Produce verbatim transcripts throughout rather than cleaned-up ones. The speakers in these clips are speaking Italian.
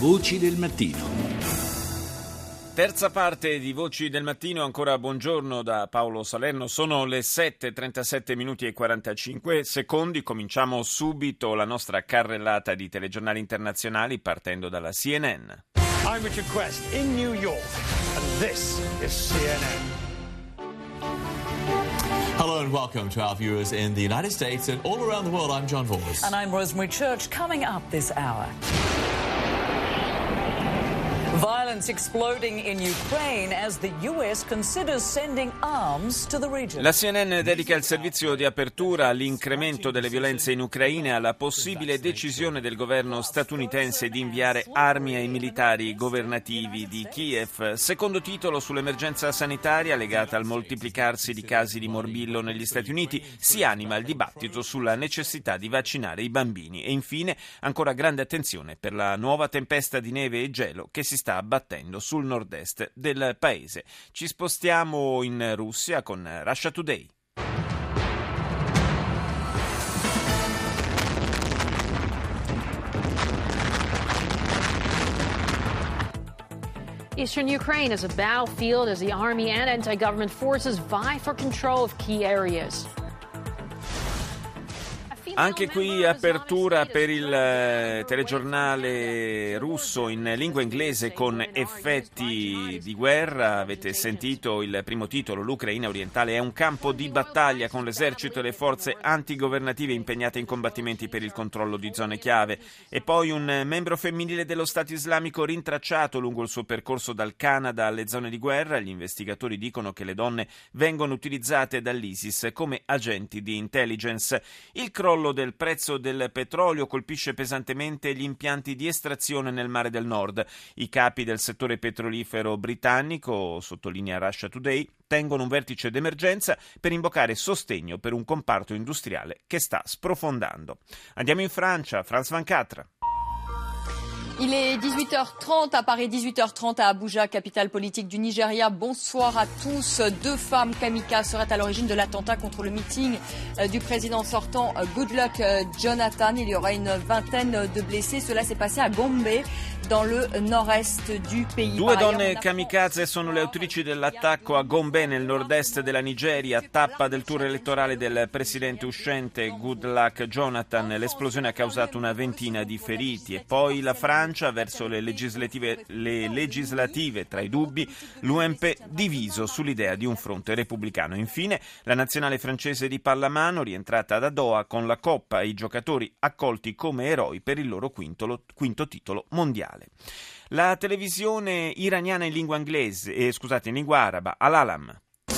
Voci del mattino. Terza parte di Voci del Mattino, ancora buongiorno da Paolo Salerno, sono le sette e trentasette minuti e quarantacinque secondi, cominciamo subito la nostra carrellata di telegiornali internazionali partendo dalla C N N. I'm Richard Quest in New York and this is C N N. Hello and welcome to our viewers in the United States and all around the world. I'm John Vorbis. And I'm Rosemary Church. Coming up this hour, violence exploding in Ukraine as the U S considers sending arms to the region. La C N N dedica il servizio di apertura all'incremento delle violenze in Ucraina e alla possibile decisione del governo statunitense di inviare armi ai militari governativi di Kiev. Secondo titolo sull'emergenza sanitaria legata al moltiplicarsi di casi di morbillo negli Stati Uniti, si anima il dibattito sulla necessità di vaccinare i bambini. E infine ancora grande attenzione per la nuova tempesta di neve e gelo che si sta abbattendo sul nord-est del paese. Ci spostiamo in Russia con Russia Today. Eastern Ukraine is a battlefield as the army and anti-government forces vie for control of key areas. Anche qui apertura per il eh, telegiornale russo in lingua inglese con effetti di guerra. Avete sentito il primo titolo: l'Ucraina orientale è un campo di battaglia con l'esercito e le forze antigovernative impegnate in combattimenti per il controllo di zone chiave. E poi un membro femminile dello Stato islamico rintracciato lungo il suo percorso dal Canada alle zone di guerra. Gli investigatori dicono che le donne vengono utilizzate dall'ISIS come agenti di intelligence. Il crollo del prezzo del petrolio colpisce pesantemente gli impianti di estrazione nel Mare del Nord. I capi del settore petrolifero britannico, sottolinea Russia Today, tengono un vertice d'emergenza per invocare sostegno per un comparto industriale che sta sprofondando. Andiamo in Francia, France ventiquattro. Il est dix-huit heures trente à Paris, dix-huit heures trente à Abuja, capitale politique du Nigeria. Bonsoir à tous. Deux femmes kamikazes seraient à l'origine de l'attentat contre le meeting du président sortant Goodluck Jonathan. Il y aura une vingtaine de blessés. Cela s'est passé à Gombe, dans le nord-est du pays. Due donne kamikaze sono le autrici dell'attacco a Gombe nel nord-est della Nigeria, tappa del tour elettorale del presidente uscente Goodluck Jonathan. L'esplosione ha causato una ventina di feriti. E poi la Francia verso le legislative, le legislative tra i dubbi, l'U M P diviso sull'idea di un fronte repubblicano. Infine la nazionale francese di pallamano rientrata da Doha con la coppa e i giocatori accolti come eroi per il loro quinto, quinto titolo mondiale. La televisione iraniana in lingua inglese, eh, scusate, in lingua araba, Al-Alam.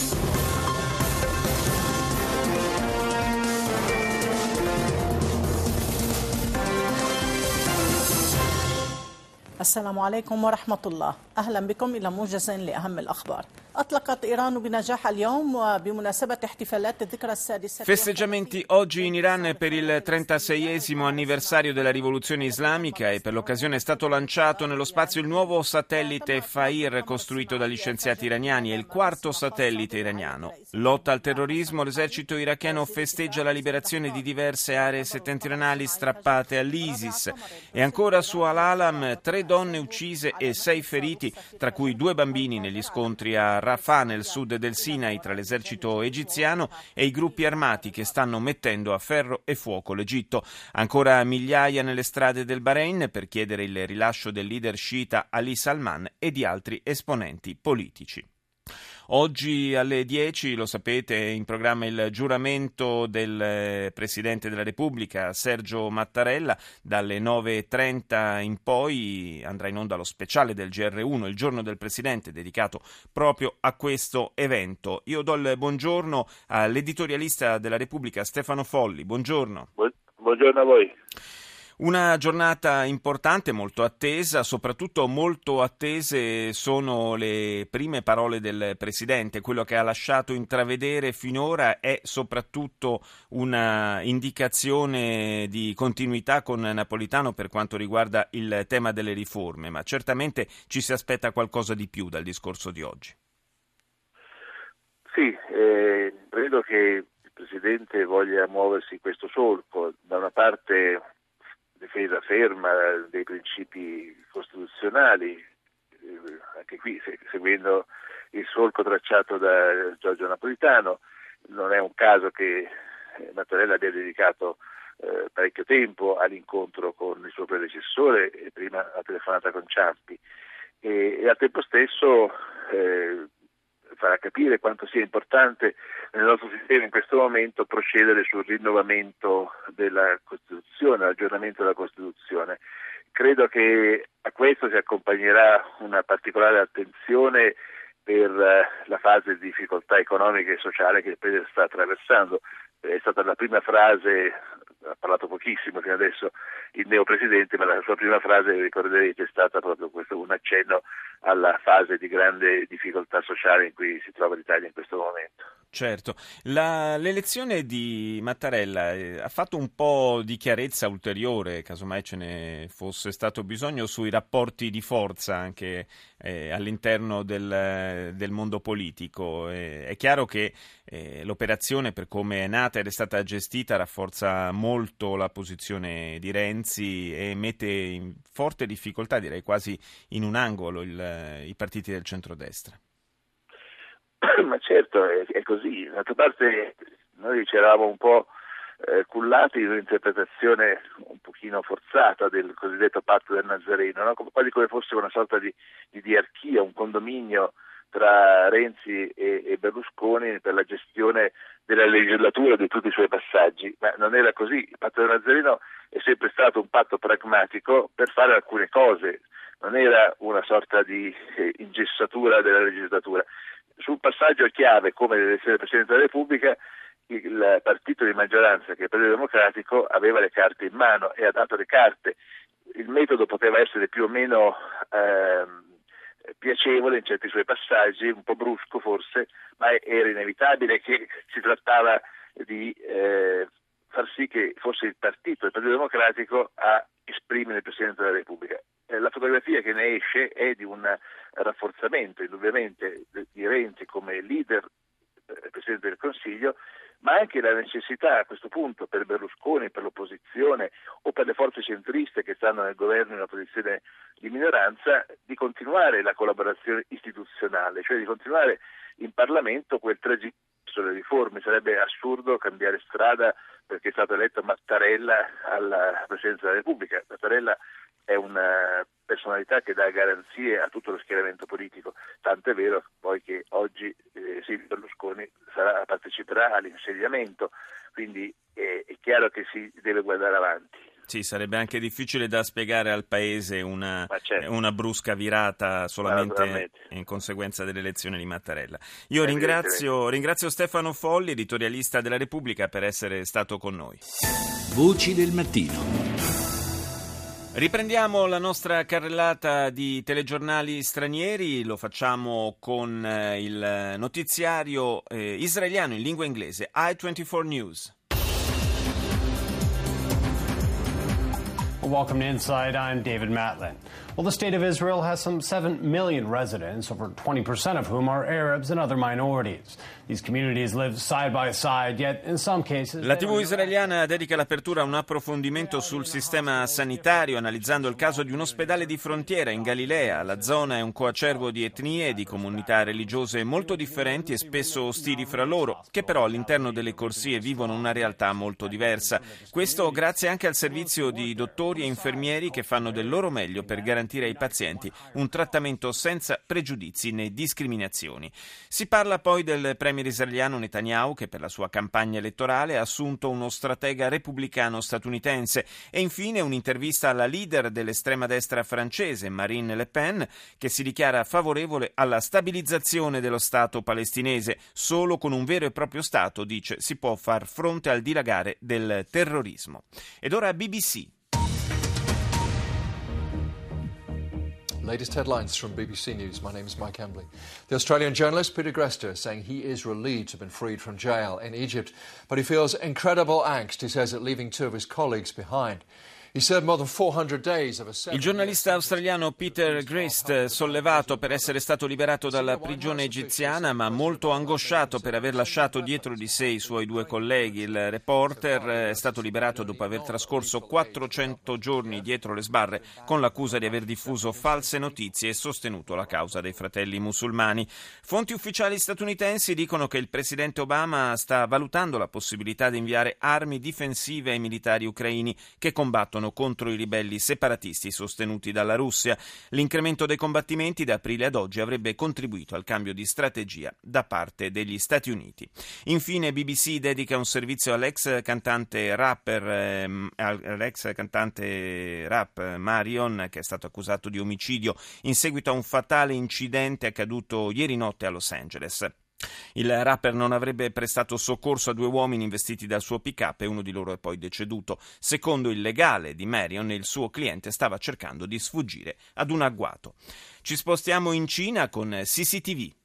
السلام عليكم ورحمة الله. أهلا بكم إلى موجز لأهم الأخبار. أطلقت إيران بنجاح اليوم وبمناسبة احتفالات الذكرى السادسة. Festeggiamenti oggi in Iran per il trentaseiesimo anniversario della rivoluzione islamica e per l'occasione è stato lanciato nello spazio il nuovo satellite Fahir costruito dagli scienziati iraniani. È il quarto satellite iraniano. Lotta al terrorismo, l'esercito iracheno festeggia la liberazione di diverse aree settentrionali strappate all'ISIS. E ancora su Al-Alam, tre donne uccise e sei feriti, tra cui due bambini negli scontri a Rafah nel sud del Sinai tra l'esercito egiziano e i gruppi armati che stanno mettendo a ferro e fuoco l'Egitto. Ancora migliaia nelle strade del Bahrain per chiedere il rilascio del leader sciita Ali Salman e di altri esponenti politici. Oggi alle dieci, lo sapete, è in programma il giuramento del Presidente della Repubblica, Sergio Mattarella. Dalle nove e trenta in poi andrà in onda lo speciale del G R uno, il giorno del Presidente, dedicato proprio a questo evento. Io do il buongiorno all'editorialista della Repubblica, Stefano Folli. Buongiorno. Buongiorno a voi. Una giornata importante, molto attesa, soprattutto molto attese sono le prime parole del Presidente. Quello che ha lasciato intravedere finora è soprattutto una indicazione di continuità con Napolitano per quanto riguarda il tema delle riforme, ma certamente ci si aspetta qualcosa di più dal discorso di oggi. Sì, eh, credo che il Presidente voglia muoversi in questo solco. Da una parte difesa ferma dei principi costituzionali, eh, anche qui se, seguendo il solco tracciato da Giorgio Napolitano. Non è un caso che Mattarella abbia dedicato eh, parecchio tempo all'incontro con il suo predecessore e prima la telefonata con Ciampi e, e al tempo stesso eh, farà capire quanto sia importante nel nostro sistema in questo momento procedere sul rinnovamento della Costituzione, l'aggiornamento della Costituzione. Credo che a questo si accompagnerà una particolare attenzione per la fase di difficoltà economica e sociale che il Paese sta attraversando. È stata la prima frase, ha parlato pochissimo fino adesso il neopresidente, ma la sua prima frase, ricorderete, è stata proprio questo, un accenno alla fase di grande difficoltà sociale in cui si trova l'Italia in questo momento. Certo, La, l'elezione di Mattarella eh, ha fatto un po' di chiarezza ulteriore, casomai ce ne fosse stato bisogno, sui rapporti di forza anche eh, all'interno del, del mondo politico. Eh, è chiaro che eh, l'operazione, per come è nata ed è stata gestita, rafforza molto la posizione di Renzi e mette in forte difficoltà, direi quasi in un angolo, il, i partiti del centrodestra. Ma certo, è, è così. D'altra parte noi ci eravamo un po' eh, cullati in un'interpretazione un pochino forzata del cosiddetto patto del Nazareno, no? Quasi come fosse una sorta di, di diarchia, un condominio tra Renzi e, e Berlusconi per la gestione della legislatura di tutti i suoi passaggi, ma non era così. Il patto del Nazareno è sempre stato un patto pragmatico per fare alcune cose, non era una sorta di eh, ingessatura della legislatura. Sul passaggio chiave come l'elezione del Presidente della Repubblica, il partito di maggioranza, che è il Partito Democratico, aveva le carte in mano e ha dato le carte. Il metodo poteva essere più o meno eh, piacevole in certi suoi passaggi, un po' brusco forse, ma era inevitabile che si trattava di eh, far sì che fosse il partito, il Partito Democratico, a esprimere il Presidente della Repubblica. La fotografia che ne esce è di un rafforzamento indubbiamente di Renzi come leader, eh, Presidente del Consiglio, ma anche la necessità a questo punto per Berlusconi, per l'opposizione o per le forze centriste che stanno nel governo in una posizione di minoranza, di continuare la collaborazione istituzionale, cioè di continuare in Parlamento quel tragitto sulle riforme. Sarebbe assurdo cambiare strada perché è stato eletto Mattarella alla Presidenza della Repubblica. Mattarella è una personalità che dà garanzie a tutto lo schieramento politico, tanto è vero poi che oggi eh, Silvio Berlusconi sarà, parteciperà all'insediamento, quindi è, è chiaro che si deve guardare avanti. Sì, sarebbe anche difficile da spiegare al Paese una, certo. una brusca virata solamente in conseguenza dell'elezione di Mattarella. Io ringrazio, ringrazio Stefano Folli, editorialista della Repubblica, per essere stato con noi. Voci del mattino. Riprendiamo la nostra carrellata di telegiornali stranieri, lo facciamo con eh, il notiziario eh, israeliano in lingua inglese, I ventiquattro News. Welcome to Inside, I'm David Matlin. Well, the state of Israel has some seven million residents, over twenty percent of whom are Arabs and other minorities. These communities live side by side, yet in some cases... La tivù israeliana dedica l'apertura a un approfondimento sul sistema sanitario, analizzando il caso di un ospedale di frontiera in Galilea. La zona è un coacervo di etnie e di comunità religiose molto differenti e spesso ostili fra loro, che però all'interno delle corsie vivono una realtà molto diversa. Questo grazie anche al servizio di dottori e infermieri che fanno del loro meglio per garantire ai pazienti un trattamento senza pregiudizi né discriminazioni. Si parla poi del premier israeliano Netanyahu, che per la sua campagna elettorale ha assunto uno stratega repubblicano statunitense, e infine un'intervista alla leader dell'estrema destra francese Marine Le Pen, che si dichiara favorevole alla stabilizzazione dello Stato palestinese. Solo con un vero e proprio Stato, dice, si può far fronte al dilagare del terrorismo. Ed ora B B C. Latest headlines from B B C News. My name is Mike Embley. The Australian journalist Peter Grester saying he is relieved to have been freed from jail in Egypt, but he feels incredible angst, he says, at leaving two of his colleagues behind. He served more than four hundred days of a Il giornalista australiano Peter Grist, sollevato per essere stato liberato dalla prigione egiziana, ma molto angosciato per aver lasciato dietro di sé i suoi due colleghi. Il reporter è stato liberato dopo aver trascorso quattrocento giorni dietro le sbarre con l'accusa di aver diffuso false notizie e sostenuto la causa dei fratelli musulmani. Fonti ufficiali statunitensi dicono che il presidente Obama sta valutando la possibilità di inviare armi difensive ai militari ucraini che combattono contro i ribelli separatisti sostenuti dalla Russia. L'incremento dei combattimenti da aprile ad oggi avrebbe contribuito al cambio di strategia da parte degli Stati Uniti. Infine B B C dedica un servizio all'ex cantante rapper ehm, all'ex cantante rap Marion, che è stato accusato di omicidio in seguito a un fatale incidente accaduto ieri notte a Los Angeles. Il rapper non avrebbe prestato soccorso a due uomini investiti dal suo pick-up e uno di loro è poi deceduto. Secondo il legale di Marion, il suo cliente stava cercando di sfuggire ad un agguato. Ci spostiamo in Cina con C C T V.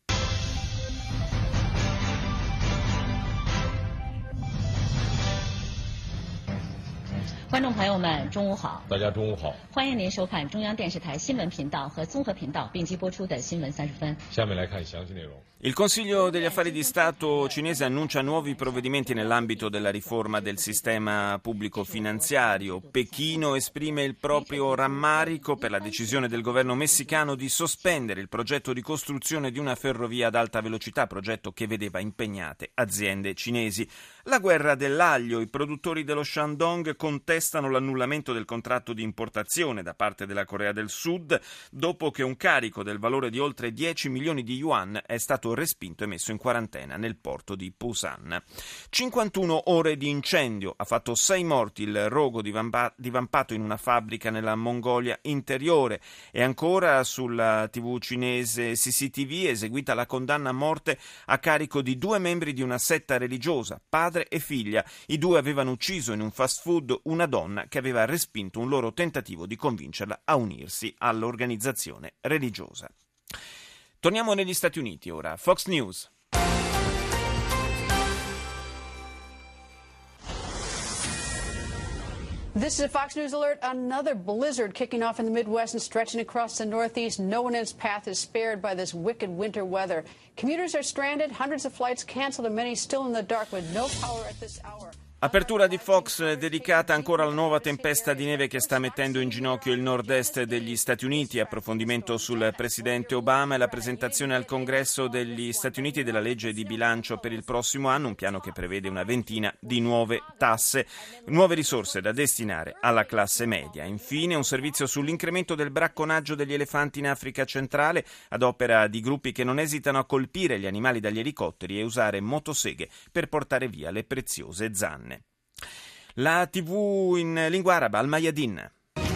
观众朋友们，中午好！ 大家中午好！ 欢迎您收看中央电视台新闻频道和综合频道并机播出的新闻三十分。 下面来看详细内容。 Il Consiglio degli Affari di Stato cinese annuncia nuovi provvedimenti nell'ambito della riforma del sistema pubblico finanziario. Pechino esprime il proprio rammarico per la decisione del governo messicano di sospendere il progetto di costruzione di una ferrovia ad alta velocità, progetto che vedeva impegnate aziende cinesi. La guerra dell'aglio. I produttori dello Shandong contestano l'annullamento del contratto di importazione da parte della Corea del Sud dopo che un carico del valore di oltre dieci milioni di yuan è stato respinto e messo in quarantena nel porto di Busan. cinquantuno ore di incendio, ha fatto sei morti il rogo divampato in una fabbrica nella Mongolia interiore. E ancora sulla tivù cinese C C T V eseguita la condanna a morte a carico di due membri di una setta religiosa, padre e figlia. I due avevano ucciso in un fast food una donna che aveva respinto un loro tentativo di convincerla a unirsi all'organizzazione religiosa. Torniamo negli Stati Uniti ora. Fox News. This is a Fox News alert. Another blizzard kicking off in the Midwest and stretching across the Northeast. No one in its path is spared by this wicked winter weather. Commuters are stranded, hundreds of flights canceled, and many still in the dark with no power at this hour. Apertura di Fox dedicata ancora alla nuova tempesta di neve che sta mettendo in ginocchio il nord-est degli Stati Uniti. Approfondimento sul presidente Obama e la presentazione al Congresso degli Stati Uniti della legge di bilancio per il prossimo anno, un piano che prevede una ventina di nuove tasse, nuove risorse da destinare alla classe media. Infine un servizio sull'incremento del bracconaggio degli elefanti in Africa centrale ad opera di gruppi che non esitano a colpire gli animali dagli elicotteri e usare motoseghe per portare via le preziose zanne. La tivù in lingua araba, Al Mayadin.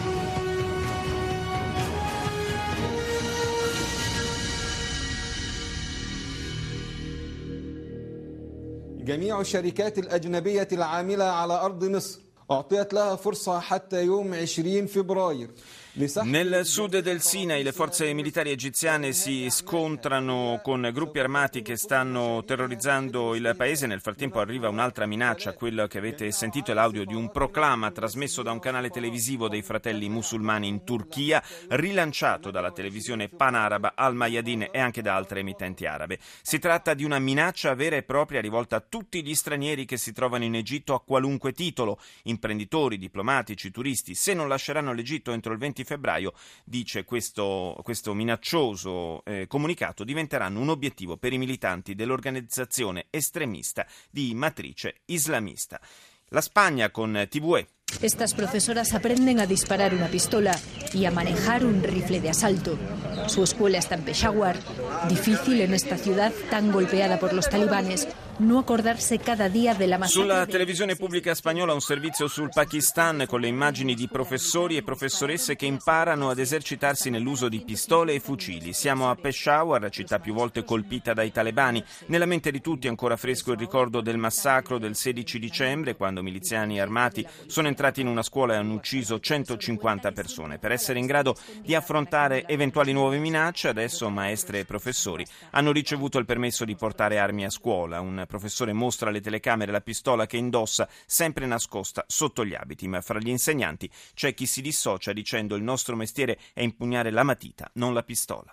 جميع الشركات الأجنبية العاملة على أرض مصر أعطيت لها فرصة حتى يوم عشرين فبراير. Nel sud del Sinai le forze militari egiziane si scontrano con gruppi armati che stanno terrorizzando il paese. Nel frattempo arriva un'altra minaccia, quella che avete sentito è l'audio di un proclama trasmesso da un canale televisivo dei fratelli musulmani in Turchia, rilanciato dalla televisione panaraba Al Mayadin e anche da altre emittenti arabe. Si tratta di una minaccia vera e propria rivolta a tutti gli stranieri che si trovano in Egitto a qualunque titolo, imprenditori, diplomatici, turisti. Se non lasceranno l'Egitto entro il venti febbraio, dice questo, questo minaccioso eh, comunicato, diventeranno un obiettivo per i militanti dell'organizzazione estremista di matrice islamista. La Spagna con T V E. Estas profesoras aprenden a disparar una pistola y a manejar un rifle de asalto. Su escuela está en Peshawar. Difícil en esta ciudad tan golpeada por los talibanes no acordarse cada día de la masacre. Sulla televisione pubblica spagnola un servizio sul Pakistan con le immagini di professori e professoresse che imparano ad esercitarsi nell'uso di pistole e fucili. Siamo a Peshawar, città più volte colpita dai talebani. Nella mente di tutti è ancora fresco il ricordo del massacro del sedici dicembre, quando miliziani armati sono entrati in una scuola e hanno ucciso centocinquanta persone. Per essere in grado di affrontare eventuali nuove minacce, adesso maestre e professori hanno ricevuto il permesso di portare armi a scuola, un professore mostra alle telecamere la pistola che indossa, sempre nascosta sotto gli abiti. Ma fra gli insegnanti c'è chi si dissocia dicendo: il nostro mestiere è impugnare la matita, non la pistola.